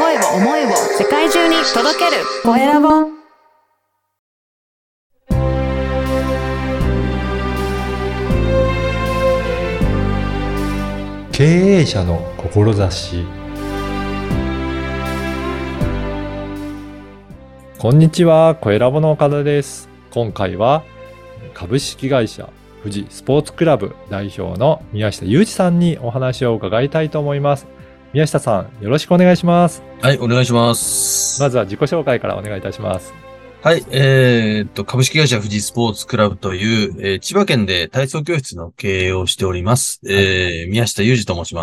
声を世界中に届けるコエラボ。 経営者の志。こんにちは、コエラボの岡田です。今回は株式会社富士スポーツクラブ代表の宮下裕二さんにお話を伺いたいと思います。宮下さん、よろしくお願いします。 はい、お願いします。 まずは自己紹介からお願いいたします。 はい、株式会社富士スポーツクラブという、千葉県で体操教室の経営をしております。宮下裕二と申します。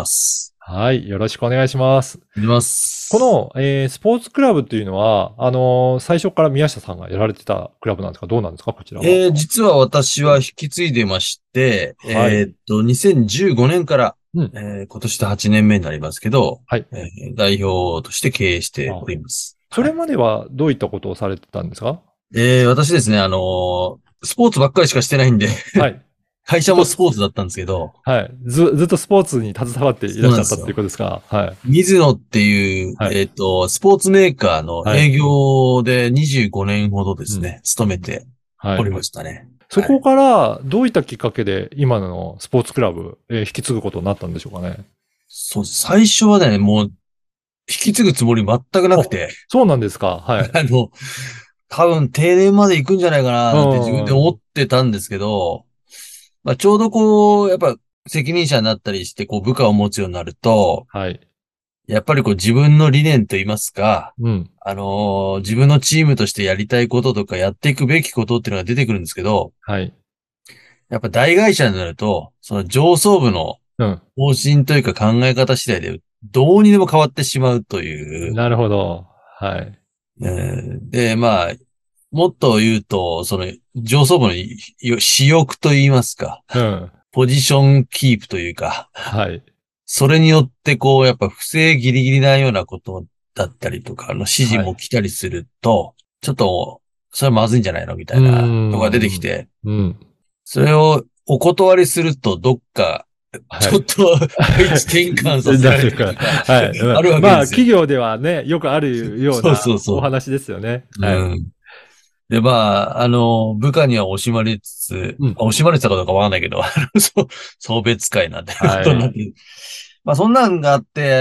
はい、よろしくお願いします。 お願いします。 この、スポーツクラブというのは、最初から宮下さんがやられてたクラブなんですか？どうなんですかこちらは。 実は私は引き継いでまして、 はい、 2015年から、 うん今年で8年目になりますけど、 はい、 代表として経営しております。 それまではどういったことをされてたんですか？ 私ですね、スポーツばっかりしかしてないんで、 はい。 会社もスポーツだったんですけど、 はい。ずっとスポーツに携わっていらっしゃったっていうことですか？はい。 ミズノっていう、 はい。 スポーツメーカーのはい。 営業で25年ほどでうん。 すね、勤めてはい。 おりましたね。 そこはい。 からどういったきっかけで今のスポーツクラブ、引き継ぐことになったんでしょうかね？ そう、最初はね、もう、引き継ぐつもり全くなくあ、 て、 そうなんですか？はい。 多分定年まで行くんじゃないかな、 うなんて自分で思ん。 ってたんですけど、まあ、ちょうどこう、やっぱ責任者になったりして、こう部下を持つようになると、 はい。 やっぱりこう自分の理念といいますか、 うん。 自分のチームとしてやりたいこととかやっていくべきことっていうのが出てくるんですけど、 はい。 やっぱ大会社になると、その上層部のうん。 方針というか考え方次第でどうにでも変わってしまうという。 なるほど。はい。 で、まあ、もっと言うと、その上層部の私欲と言いますか、 うん。 ポジションキープというか、 はい。 それによってこう、やっぱ不正ギリギリなようなことだったりとか、指示はい。 も来たりすると、ちょっと、それはまずいんじゃないのみたうーいなのが出てきん。 て、 うん。 それをお断りするとどっか、 はい。 ちょっと配置転換させられ大丈夫か。 るとか、 はい。 あるわけまあ、 ですよ。 企業ではね、よくあるようそうなそうそお話ですよね。 う。 はい。 うん。で、まあ、部下には惜しまれつつ、 うん。 惜しまれてたかどうかわかんないけど、送別会なんてこはい。 とになって、まあそんなんがあって、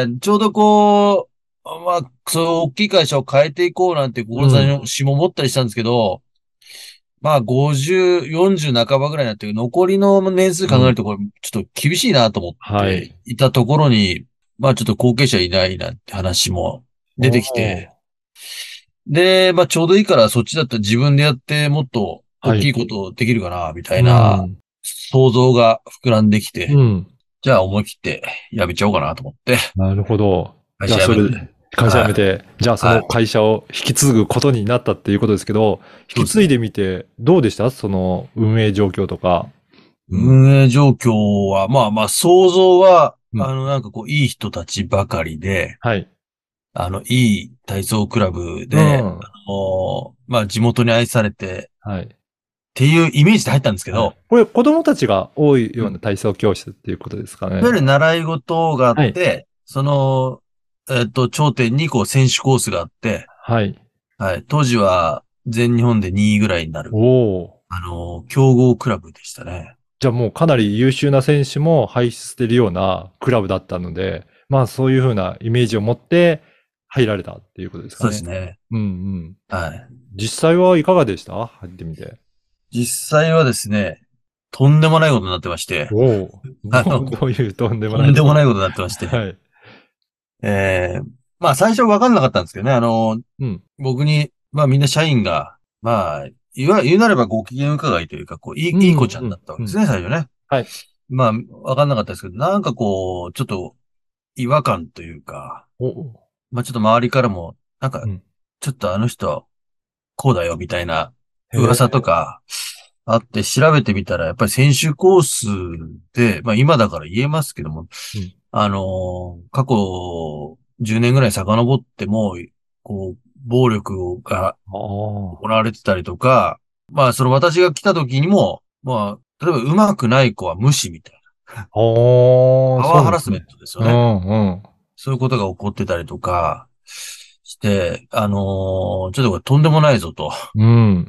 ちょうどこう、まあ、そういう大きい会社を変えていこうなんてうん。 志も持ったりしたんですけど、まあ50、40半ばぐらいになって、残りの年数うん。 考えるとこれちょっと厳しいなと思っはい。 ていたところに、まあちょっと後継者いないなって話も出てきて、 おー。 で、まあちょうどいいからそっちだったら自分でやってもっと大はい。 きいことできるかな、みたいうなん。 想像が膨らんできて、 うん。 じゃあ思い切ってやめちゃおうかなと思って、 なるほど。じゃあ、 会社辞めて、 それで、会社辞めはい。 て、じゃあ、そのはい。 会社を引き継ぐことになったっていうことですけど、 そうですね。 引き継いでみて、どうでしたその運営状況とか？うん。 運営状況は、まあまあ、想像は、 うん。 なんかこう、いい人たちばかりで、 はい。 いい体操クラブうで、 ん。 まあ、地元に愛されて、 はい。 っていうイメージで入ったんですけはい。 ど、 これ、子供たちが多いうん。 ような体操教室っていうことですかね？ いわゆる習い事があっはい。 て、頂点にこう、選手コースがあって、 はい。 はい。当時は、全日本で2位ぐらいになおる、 お。 強豪クラブでしたね。 じゃあもうかなり優秀な選手も輩出してるようなクラブだったので、まあそういうふうなイメージを持って入られたっていうことですかそうですね？ ね。 うんうん。 はい。 実際はいかがでした？入ってみて。 実際はですね、とんでもないことになってまして、 おお。どういうとんでもとんないこと？ でもないことになってまして、 はい。 まあ最初分かんなかったんですけどね、 うん。 僕に、まあみんな社員が、まあ、言うなればご機嫌伺いというか、こう、 うんいい子ちゃんだうんうん。 ったわけですね、最初ね。 はい。 まあ、分かんなかったですけど、なんかこう、ちょっと違和感というか、 おお。 まあちょっと周りからも、なんか、 うん。 ちょっとあの人、こうだよ、みたいなへ噂とえ。 かあって調べてみたら、やっぱり選手コースで、まあ今だから言えますけども、 うん。 過去10年ぐらい遡っても、こう、暴力がああ。 行われてたりとか、まあその私が来た時にも、まあ、例えば上手くない子は無視みたいな。 ああ、 パワーハラスメンそうなんですね。 トですようね。 んうん。 そういうことが起こってたりとか、 して、ちょっとこれとんでもないぞとうん。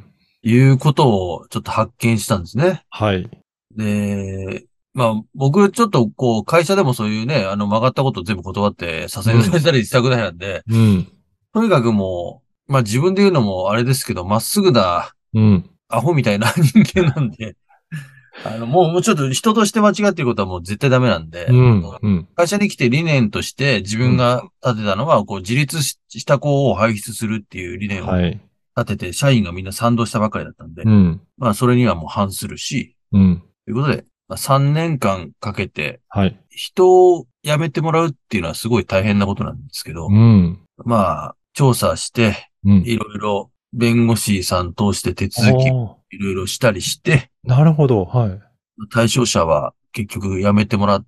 いうことをちょっと発見したんですね。 はい。 で、まあ僕ちょっとこう会社でもそういうね、曲がったことを全部断って左遷されたりしたくないなんで、 うん。 とにかくもう、まあ自分で言うのもあれですけど、まっすぐなうん。 アホみたいな人間なんで、もうちょっと人として間違っていることはもう絶対ダメなんで、 うん。うん。 会社に来て理念として自うん。 分が立てたのは、こう自立した子を輩出するっていう理念をはい。 立てて、社員がみんな賛同したばかりだったんで、 うん。 まあそれにはもう反するし、 うん。 ということで、まあ、3年間かけてはい。 人を辞めてもらうっていうのはすごい大変なことなんですけど、 うん。 まあ調査して、 うん。 いろいろ弁護士さん通して手続きおー。 いろいろしたりして、 なるほど。はい。 対象者は結局辞めてもらって、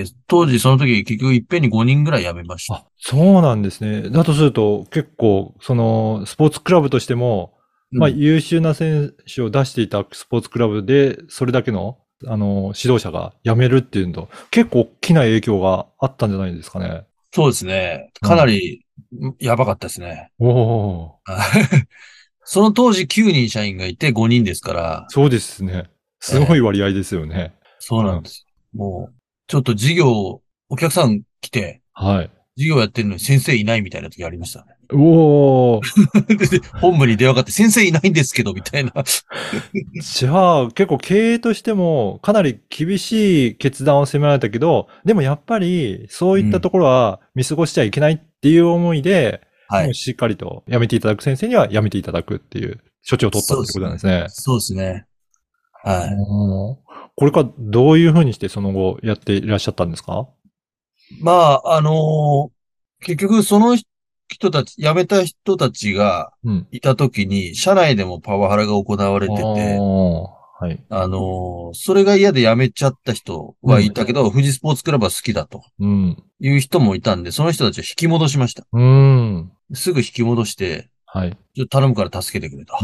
当時その時結局いっぺんに5人ぐらい辞めました。 あ、そうなんですね。だとすると、結構、スポーツクラブとしても、まあ、 うん。 優秀な選手を出していたスポーツクラブで、それだけの、指導者が辞めるっていうのと、結構大きな影響があったんじゃないですかね。 そうですね。かなうん。 りやばかったですね。 おお、 その当時9人社員がいて5人ですから、 そうですね。すごいええ、 割合ですよね。うん。 そうなんです。もう、ちょっと授業、お客さん来て、 はい。 授業やってるのに先生いないみたいな時ありましたね。 おお。 で本部に電話かかって先生いないんですけど、みたいな。 じゃあ、結構経営としてもかなり厳しい決断を迫られたけど、でもやっぱりそういったうん。 ところは見過ごしちゃいけないっていう思いで、 はい。 もうしっかりと辞めていただく先生には辞めていただくっていう処置を取ったってことなんでそうですね。 すね。 そうですね。はい。 おー。これからどういうふうにしてその後やっていらっしゃったんですか？ まあ、結局その人たち、辞めた人たちがうん。 いたときに、社内でもパワハラが行われあてて、 あ、はい。 それが嫌で辞めちゃった人うん。 はいたけど、富士スポーツクラブは好きだとうん。 いう人もいたんで、その人たちを引き戻しました。 うーん。 すぐ引き戻して、 はい。 ちょっと頼むから助けてくれとうん。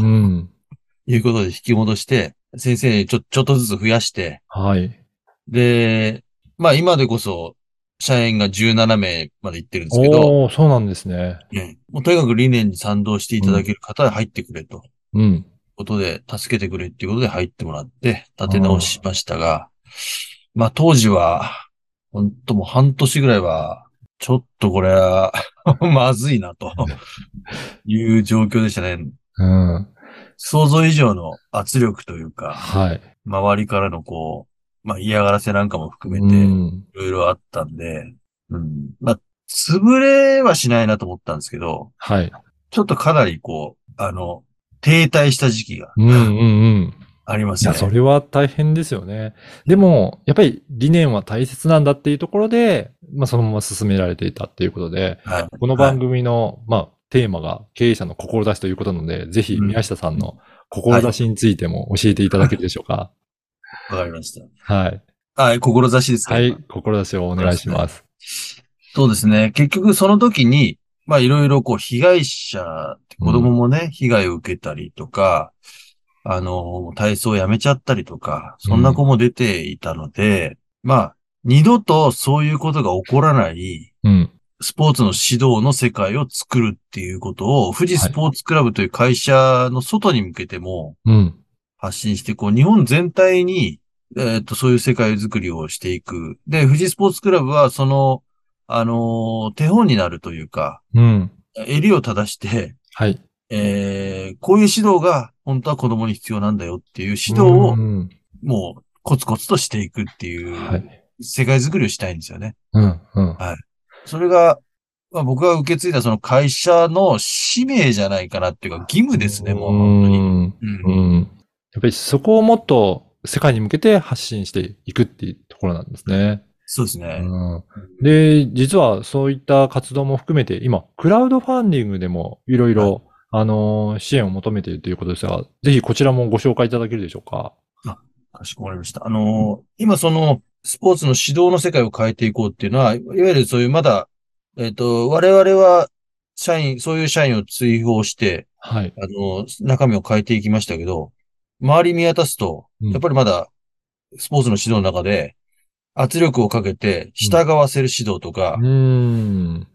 いうことで引き戻して、先生にちょっとずつ増やして、 はい。 で、まあ今でこそ社員が17名まで行ってるんですけど、 おー、そうなんですね。 もうとにかく理念に賛同していただうん。 ける方は入ってくれと。 うん。 ことで、助けてくれっていうことで入ってもらって、立て直あしましたが、まあ当時は、本当もう半年ぐらいは、ちょっとこれはまずいなという状況でしたね。 あ、うん。 想像以上の圧力というか、 はい。 周りからのこう、まあ嫌がらせなんかも含めうて、 ん。 いろいろあったんで、うん。まあ、潰れはしないなと思ったんですけど、 はい。 ちょっとかなりこう、停滞した時期がうんうんうん。 ありまいや、そすね。 れは大変ですよね。でも、やっぱり理念は大切なんだっていうところで、まあ、そのまま進められていたっていうことで、 はい。 この番はい。 組の、まあ、テーマが経営者の志ということなので、ぜひうん。 宮下さんうん、 のはい。 志についても教えていただけるでしょうか？ わかりました。 はい。 はい、志ですか、 はい。 今。 志をお願いそうですね。 します。 そうですね。結局その時に、まあいろいろこう被害者、子供うん。 もね、被害を受けたりとか、体操をやめちゃったりとか、そんなうん。 子も出ていたので、まあ、二度とそういうことが起こらないうん。 スポーツの指導の世界を作るっていうことを、富士はい。 スポーツクラブという会社の外に向けてもうん。 発信して、こう、日本全体に、そういう世界づくりをしていく。で、富士スポーツクラブは、手本になるというか、 うん。 襟を正して、 はい。 こういう指導が本当は子供に必要なんだよっていう指う導を、 ん。 もう、コツコツとしていくっていうはい。 世界づくりをしたいんですよね。 うん。うん。 はい。それが、まあ、僕が受け継いだその会社の使命じゃないかなっていうか、義務うですね、もう本当に。 ーん。 うん。 うん。やっぱりそこをもっと世界に向けて発信していくっていうところなんですね。 そうですね。 うん。 うん、 で、実はそういった活動も含めて、今、クラウドファンディングでもいろいはい。 ろ、支援を求めているということですが、ぜひこちらもご紹介いただけるでしょうか？ あ、かしこまりました。今その、スポーツの指導の世界を変えていこうっていうのは、いわゆるそういうまだ、我々は、そういう社員を追放して、 はい。 中身を変えていきましたけど、周り見渡すと、やっうん。 ぱりまだ、スポーツの指導の中で、圧力をかけて、 うん。 従わせる指導とうか、 ーん。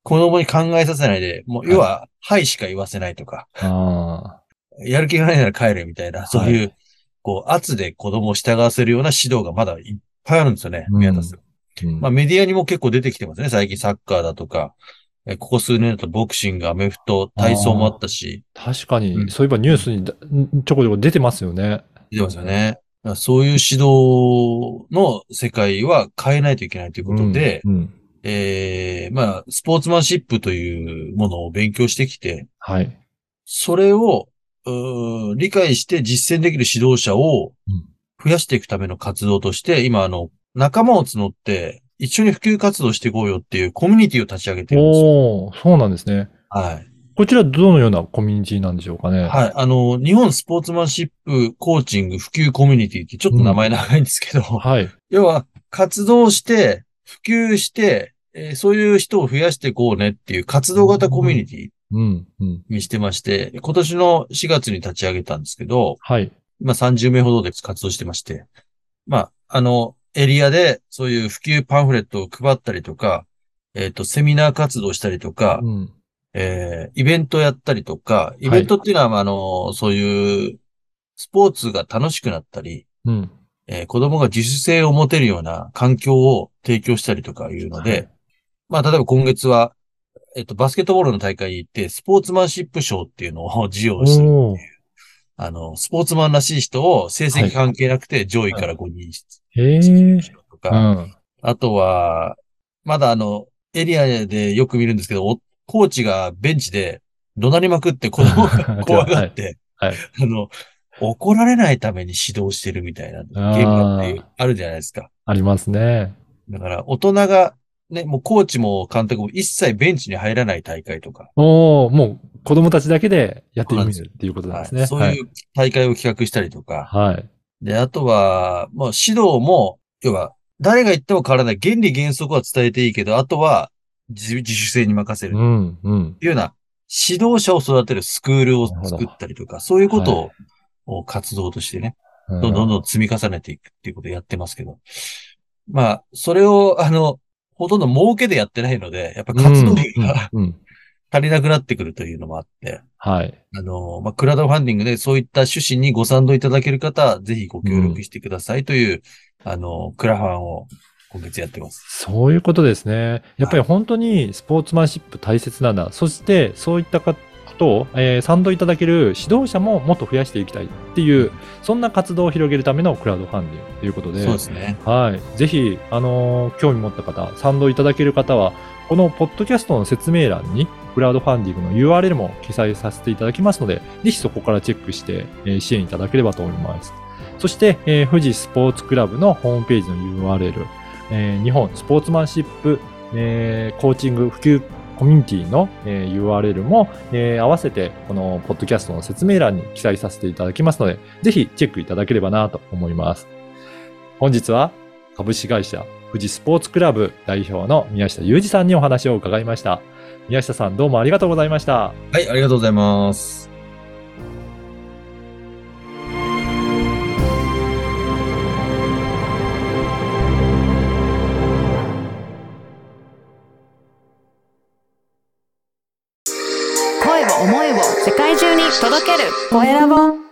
子供に考えさせないで、もう、要は、はいしか言わせないとか、 あやる気がないなら帰れみたいな、そういう、 はい圧で子供を従わせるような指導がまだいっぱいあるんですよね、 うん見渡す。 うんまあメディアにも結構出てきてますね、最近サッカーだとか、ここ数年だとボクシング、アメフト、体操もあったし、 確かに、 うん。 そういえばニュースにちょこちょこ出てますよね。 出てますよね。だからそういう指導の世界は変えないといけないということで、 うん。 まあ、スポーツマンシップというものを勉強してきて、 はい。 それを、理解して実践できる指導者をうん増やしていくための活動として、今、仲間を募って、一緒に普及活動していこうよっていうコミュニティを立ち上げてるんですよ。 おー、そうなんですね。 はい。 こちらどのようなコミュニティなんでしょうかね。 はい。日本スポーツマンシップコーチング普及コミュニティってちょっと名前長いんですけど、 はい。 要は活動して、普及して、そういう人を増やしていこうねっていう活動型コミュニティうん。うん。 にしてまして、今年の4月に立ち上げたんですけど、 はい。 今30名ほどで活動してまして、まあ、エリアでそういう普及パンフレットを配ったりとか、セミナー活動したりとか、 うん。 イベントやったりとか、イベントっていうのは、まあそういうスポーツが楽しくなったり、 うん。 子供が自主性を持てるような環境を提供したりとかいうので、 はい。 まあ、例えば今月は、バスケットボールの大会に行って、スポーツマンシップ賞っていうのを授与する。 おー。 スポーツマンらしい人を成績はい。 関係なくて上位はい。 から5人へえ。 とか、 うん。 あとは、まだエリアでよく見るんですけど、コーチがベンチで怒鳴りまくって子供が怖がはい。 って、 はい。 あの、怒られないために指導してるみたいな現場ってああるじゃないですか。 あ、ありますね。 だから大人がね、もうコーチも監督も一切ベンチに入らない大会とか。 おー、もう子供たちだけでやってみそうなんですよ。 るっていうことなんではい。 すね。はい。 そういう大会を企画したりとか。 はい。 で、あとは、もう指導も、要は、誰が言っても変わらない原理原則は伝えていいけど、あとは自主性に任せる。 うん。うん。 いうような指導者を育てるスクールをなるほど。 作ったりとか、そういうこはとい。 を活動としてね、 うん。 どんどん積み重ねていくっていうことをやってますけど。まあ、それを、ほとんど儲けでやってないので、やっぱ活動うん。 費うん。 がうん。 足りなくなってくるというのもあって、 はい。 まあ、クラウドファンディングでそういった趣旨にご賛同いただける方、ぜひご協力うん。 してくださいという、クラファンを今月やってます。 そういうことですね。やっぱはい。 り本当にスポーツマンシップ大切なんだ。そしてそういったことを、賛同いただける指導者ももっと増やしていきたいっていう、そんな活動を広げるためのクラウドファンディングということで、 そうですね。 はい。ぜひ、興味持った方、賛同いただける方は、このポッドキャストの説明欄にクラウドファンディングの URL も記載させていただきますので、ぜひそこからチェックして、支援いただければと思います。そして、富士スポーツクラブのホームページの URL、日本スポーツマンシップ、コーチング普及コミュニティの、URL も、合わせてこのポッドキャストの説明欄に記載させていただきますので、ぜひチェックいただければなと思います。本日は株式会社富士スポーツクラブ代表の宮下裕二さんにお話を伺いました。宮下さん、どうもありがとうございました。 はい、ありがとうございます。 声を思いを世界中に届けるコエラボ